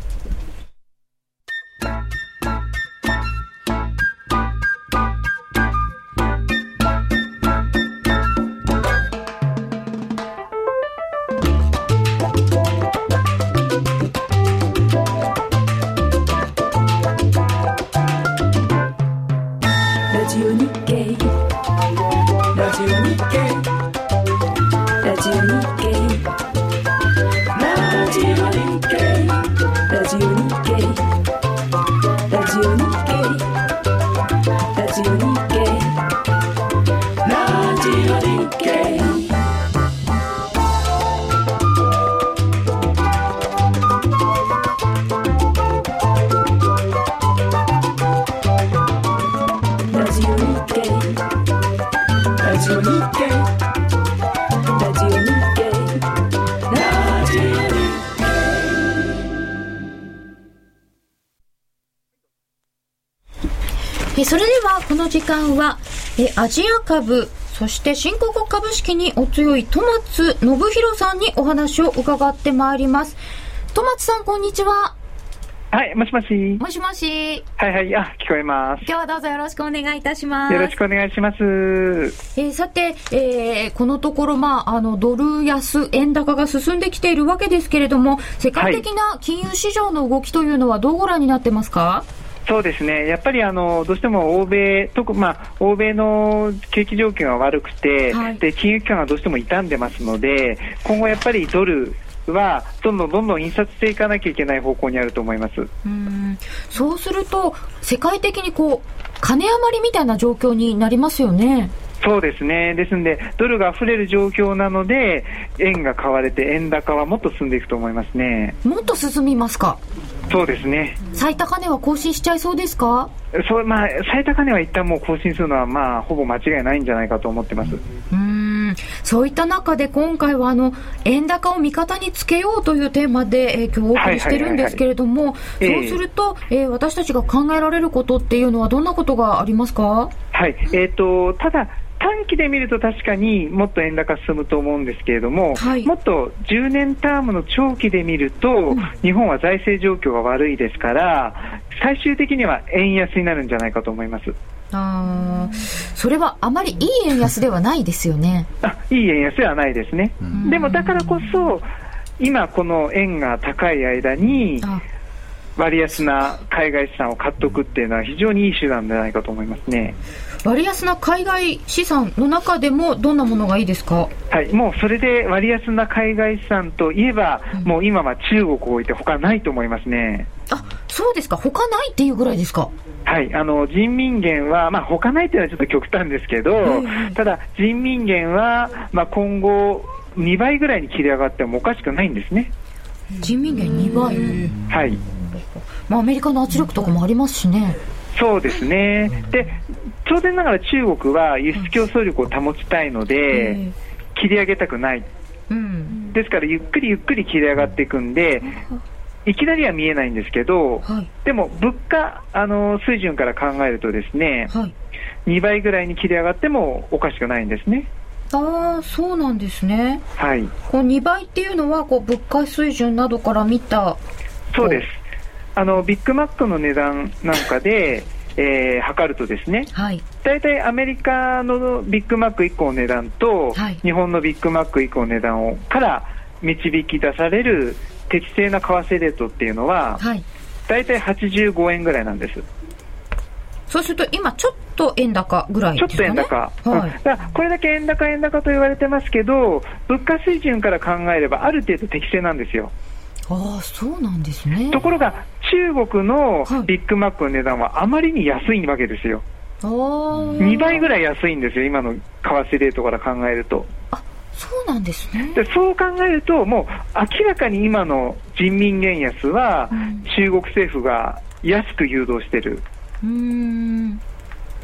それではこの時間はアジア株、そして新興国株式にお強い戸松信弘さんにお話を伺ってまいります。戸松さん、こんにちは。 はい、もしもし。 もしもし。 はいはい、聞こえます。 今日はどうぞよろしくお願いいたします。 よろしくお願いします。 さて、このところ、ドル安、円高が進んできているわけですけれども、世界的な金融市場の動きというのはどうご覧になってますか？ そうですね、やっぱりどうしても欧米の景気状況が悪くて、で金融機関がどうしても傷んでますので、今後やっぱりドルはどんどん印刷していかなきゃいけない方向にあると思います。 そうすると世界的に金余りみたいな状況になりますよね。 そうですね。ですのでドルが溢れる状況なので円が買われて円高はもっと進んでいくと思いますね。 もっと進みますか？ そうですね。 最高値は更新しちゃいそうですか？ 最高値は一旦もう更新するのはほぼ間違いないんじゃないかと思ってます。 そういった中で今回は円高を味方につけようというテーマで今日お送りしてるんですけれども、そうすると、私たちが考えられることっていうのはどんなことがありますか？ はい、ただ短期で見ると確かにもっと円高進むと思うんですけれども、もっと10年タームの長期で見ると、日本は財政状況が悪いですから最終的には円安になるんじゃないかと思います。 それはあまりいい円安ではないですよね。 いい円安ではないですね。でもだからこそ今この円が高い間に割安な海外資産を買っておくっていうのは非常にいい手段じゃないかと思いますね。 割安な海外資産の中でもどんなものがいいですか？ はい、もうそれで割安な海外資産といえば、もう今は中国を置いて他ないと思いますね。 そうですか。他ないっていうぐらいですか？ はい、人民元は、他ないというのはちょっと極端ですけど、ただ人民元は、今後2倍ぐらいに切り上がってもおかしくないんですね。 人民元2倍。 はい。 アメリカの圧力とかもありますしね。 そうですね。で当然ながら中国は輸出競争力を保ちたいので、切り上げたくない、ですからゆっくり切り上がっていくんで、いきなりは見えないんですけど、でも物価水準から考えるとですね、2倍ぐらいに切り上がってもおかしくないんですね。 そうなんですね。 はい。 2倍っていうのは物価水準などから見た。 そうです。ビッグマックの値段なんかで測るとですね、だいたいアメリカのビッグマック1個の値段と、日本のビッグマック1個の値段から導き出される適正な為替レートっていうのは、だいたい85円ぐらいなんです。 そうすると今ちょっと円高ぐらいですかね。 ちょっと円高、だからこれだけ円高と言われてますけど、物価水準から考えればある程度適正なんですよ。 そうなんですね。 ところが中国のビッグマックの値段はあまりに安いわけですよ。2倍ぐらい安いんですよ、今の為替レートから考えると。 そうなんですね。 でそう考えるともう明らかに今の人民元安は、中国政府が安く誘導してる。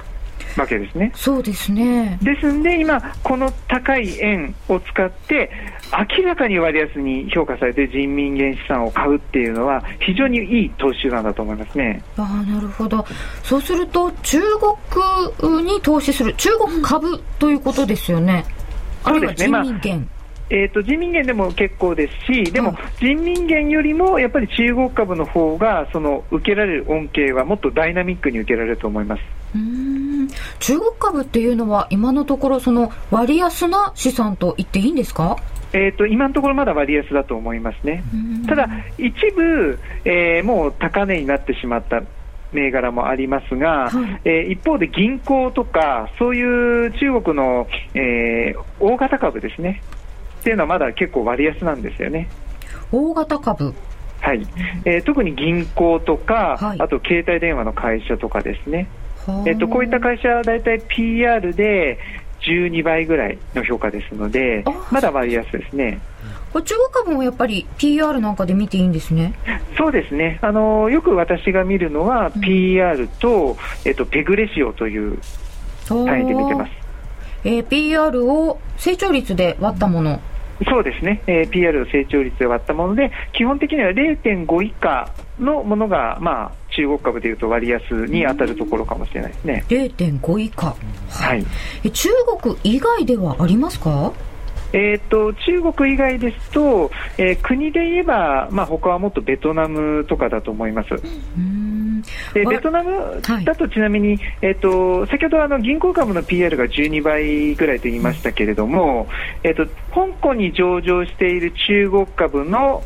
わけですね。 そうですね。 ですんで今この高い円を使って明らかに割安に評価されて人民元資産を買うっていうのは非常にいい投資手段だと思いますね。 なるほど。そうすると中国に投資する中国株ということですよね。あるいは人民元、 人民元でも結構ですし、でも人民元よりもやっぱり中国株の方がその受けられる恩恵はもっとダイナミックに受けられると思います。 中国株っていうのは今のところその割安な資産と言っていいんですか？ 今のところまだ割安だと思いますね。ただ一部、もう高値になってしまった銘柄もありますが、一方で銀行とかそういう中国の、大型株ですねっていうのはまだ結構割安なんですよね。 大型株、はい、 特に銀行とか、あと携帯電話の会社とかですね。こういった会社はだいたい PR で12倍ぐらいの評価ですので、まだ割安ですね。 これ中国株もやっぱり PR なんかで見ていいんですね。 そうですね。よく私が見るのは PR と、ペグレシオという単位で見てます。 PR を成長率で割ったもの。 そうですね。PR を成長率で割ったもので、基本的には 0.5 以下のものが、中国株でいうと割安に当たるところかもしれないですね。 0.5 以下、 はい。 中国以外ではありますか？ 中国以外ですと、国で言えば、他はもっとベトナムとかだと思います。でベトナムだとちなみに、先ほど銀行株の PR が12倍ぐらいと言いましたけれども、香港に上場している中国株の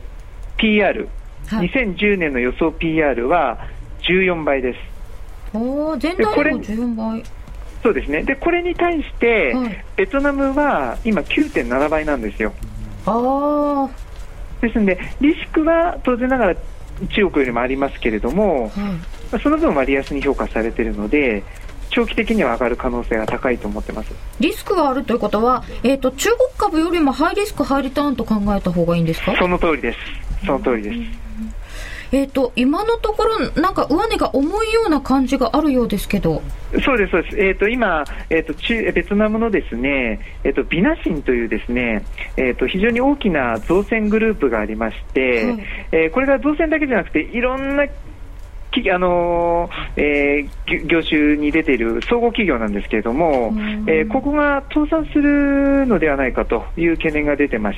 PR、2010年の予想 PR は14倍です。 全体でも14倍。 そうですね。でこれに対して、ベトナムは今 9.7 倍なんですよ。ですのでリスクは当然ながら中国よりもありますけれども、その分割安に評価されているので長期的には上がる可能性が高いと思ってます。 リスクがあるということは、中国株よりもハイリスクハイリターンと考えた方がいいんですか？ その通りです。その通りです。 今のところなんか上値が重いような感じがあるようですけど。 そうですそうです。今、ベトナムのですね、ビナシンというですね、非常に大きな造船グループがありまして、これが造船だけじゃなくていろんな業種に出ている総合企業なんですけれども、ここが倒産するのではないかという懸念が出てまして、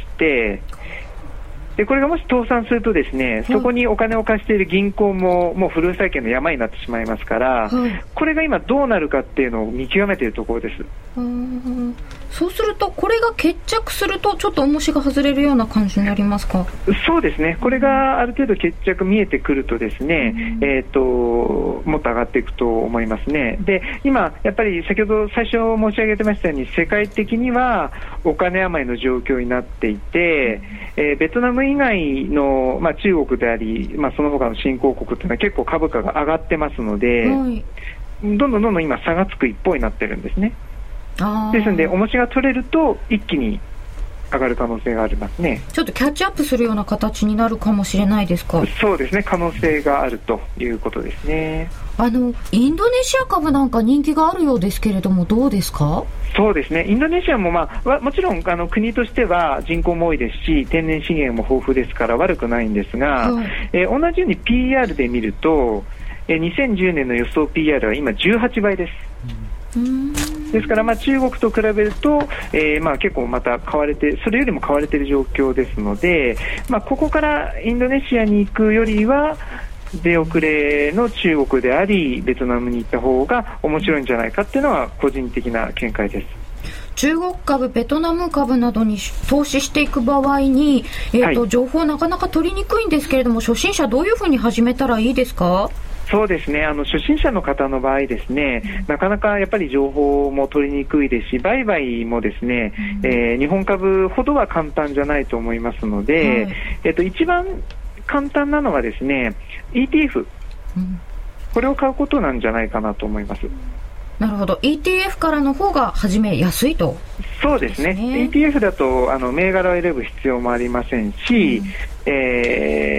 でこれがもし倒産するとですね、そこにお金を貸している銀行ももう不良債権の山になってしまいますから、これが今どうなるかっていうのを見極めているところです。 そうするとこれが決着するとちょっと重しが外れるような感じになりますか？ そうですね。これがある程度決着見えてくるとですね、もっと上がっていくと思いますね。で今やっぱり先ほど最初申し上げてましたように世界的にはお金余りの状況になっていて、ベトナム以外の、中国であり、その他の新興国というのは結構株価が上がってますので、どんどん今差がつく一方になってるんですね。ですので重しが取れると一気に上がる可能性がありますね。 ちょっとキャッチアップするような形になるかもしれないですか？ そうですね。可能性があるということですね。 インドネシア株なんか人気があるようですけれどもどうですか？ そうですね。インドネシアも、もちろん国としては人口も多いですし天然資源も豊富ですから悪くないんですが、同じように PR で見ると2010年の予想 PR は今18倍です。ですから中国と比べると、結構また買われてそれよりも買われている状況ですので、ここからインドネシアに行くよりは出遅れの中国でありベトナムに行った方が面白いんじゃないかっていうのは個人的な見解です。 中国株ベトナム株などに投資していく場合に、情報なかなか取りにくいんですけれども初心者どういうふうに始めたらいいですか？ そうですね。初心者の方の場合ですね、なかなかやっぱり情報も取りにくいですし売買もですね、日本株ほどは簡単じゃないと思いますので、一番簡単なのはですね ETF、これを買うことなんじゃないかなと思います。 なるほど。 ETF からの方が始めやすいと。 そうですね。ETF だと銘柄を選ぶ必要もありませんし、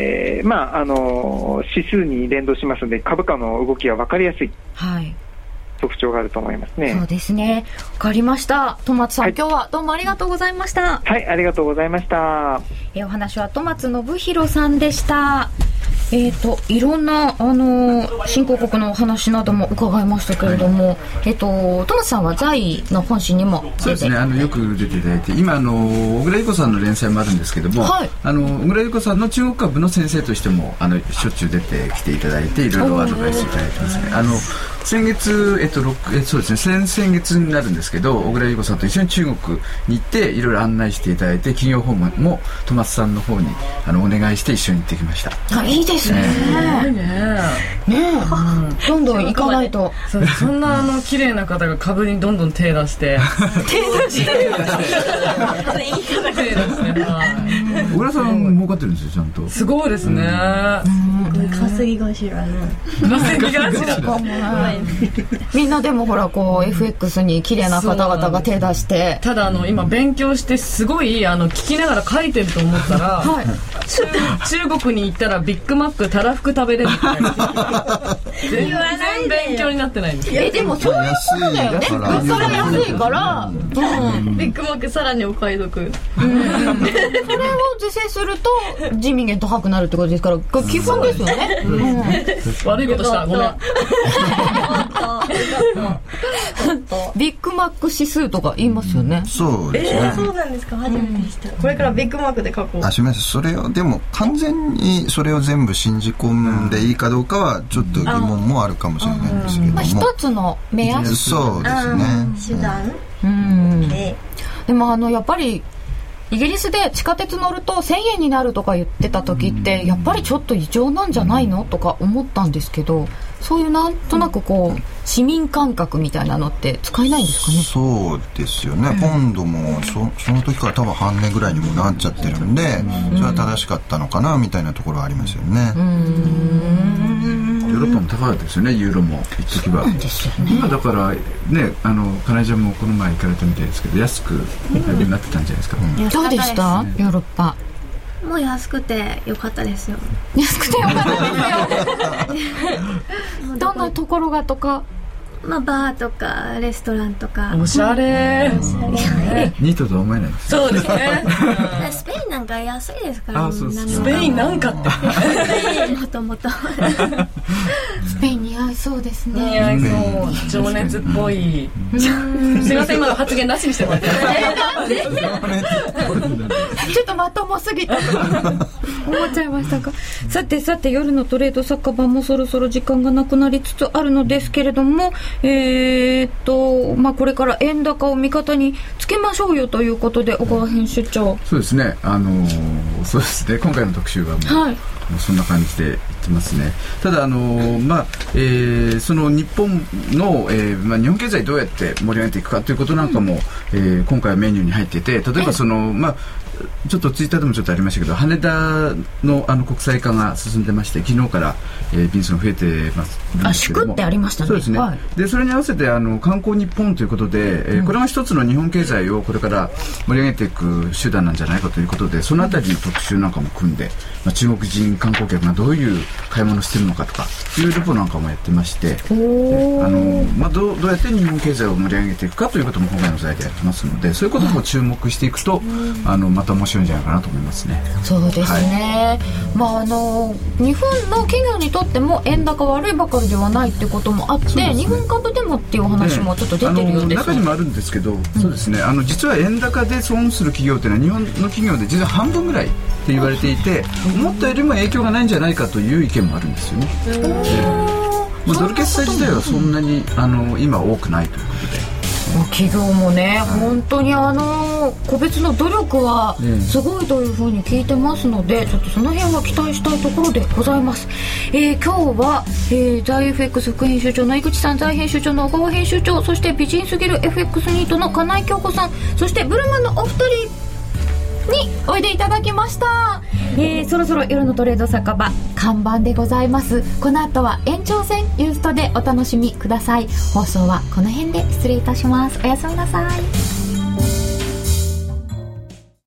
指数に連動しますので株価の動きが分かりやすい、 特徴があると思いますね。 そうですね、わかりました。戸松さん、今日はどうもありがとうございました。 はい、ありがとうございました。 お話は戸松信弘さんでした。いろんな新興国のお話なども伺いましたけれども、戸松さんは在の本誌にもそうですね、よく出ていただいて、今小倉優子さんの連載もあるんですけども、はい、小倉優子さんの中国株の先生としてもしょっちゅう出てきていただいて、いろいろアドバイスいただいてますね。先月、そうですね、先月になるんですけど、小倉優子さんと一緒に中国に行っていろいろ案内していただいて、企業訪問も戸松さんの方にお願いして一緒に行ってきました。 いいですね。どんどん行かないと。 そんな綺麗な方が株にどんどん手出して小倉さん儲かってるんですよ、ちゃんと。 すごいですね。 稼ぎ頭みんなでもほらこう FX に綺麗な方々が手出して、 ただ今勉強してすごい聞きながら書いてると思ったら、はい、中国に行ったらビッグマックたらふく食べれるみたいな全然勉強になってないんです。 でもそういうことだよね。それ安いから、 ビッグマックさらにお買い得、それを是正すると人民元高くなるってことですから、これ基本ですよね。 悪いことしたごめん。 ビッグマック指数とか言いますよね。 そうですね。 そうなんですか、初めて知った。これからビッグマックで書こう。 すみません、それをでも完全にそれを全部信じ込んでいいかどうかはちょっと疑問もあるかもしれないんですけども、 一つの目安。 そうですね。 手段。 でもやっぱりイギリスで地下鉄乗ると1000円になるとか言ってた時ってやっぱりちょっと異常なんじゃないのとか思ったんですけど、そういうなんとなくこう市民感覚みたいなのって使えないんですかね。 そうですよね。ポンドもその時から多分半値ぐらいにもなっちゃってるんで、それは正しかったのかなみたいなところはありますよね。 ヨーロッパも高かったですよね、ユーロも一時は。 そうなんですよね。 今だからね、金井ちゃんもこの前行かれたみたいですけど、安くなってたんじゃないですか。 どうでした、ヨーロッパ。 もう安くてよかったですよ。 安くてよかったですよ。どんなところがとか。 バーとかレストランとか。 おしゃれ。 ニートとは思えないです。 そうですね。 スペインなんか安いですから。 スペインなんかってもともとスペイン似合いそうですね。 似合いそう。情熱っぽい。すいません、今の発言なしにしてもらってちょっとまともすぎたと思っちゃいましたか。さて夜のトレード酒場もそろそろ時間がなくなりつつあるのですけれども、これから円高を味方につけましょうよということで、小川編集長。 そうですね、そうですね、今回の特集はもう、そんな感じで言ってますね。ただその日本の、日本経済どうやって盛り上げていくかということなんかも、今回はメニューに入っていて、例えばちょっとツイッターでもちょっとありましたけど、羽田の国際化が進んでまして、昨日から便数が増えてます祝ってありましたね。 そうですね、でそれに合わせて観光日本ということで、これが一つの日本経済をこれから盛り上げていく手段なんじゃないかということで、そのあたりの特集なんかも組んで、中国人観光客がどういう買い物してるのかとかいうレポなんかもやってまして、どうやって日本経済を盛り上げていくかということも今回の材でやってますので、そういうことも注目していくと、また面白いんじゃないかなと思いますね。 そうですね、日本の企業にとっても円高悪いばかりではないってこともあって、日本株でもっていう話もちょっと出てるようです。 中にもあるんですけど、そうですね、実は円高で損する企業というのは日本の企業で実は半分ぐらいって言われていて、思ったよりも影響がないんじゃないかという意見もあるんですよね。ドル決済自体はそんなに今多くないということで、 企業もね、本当に個別の努力はすごいというふうに聞いてますので、ちょっとその辺は期待したいところでございます。今日は、財 FX 副編集長の井口さん、財編集長の小川編集長、そして美人すぎる FX ニートの金井京子さん、そしてブルマンのお二人においでいただきました。そろそろ夜のトレード酒場看板でございます。この後は延長戦ユーストでお楽しみください。放送はこの辺で失礼いたします。おやすみなさい。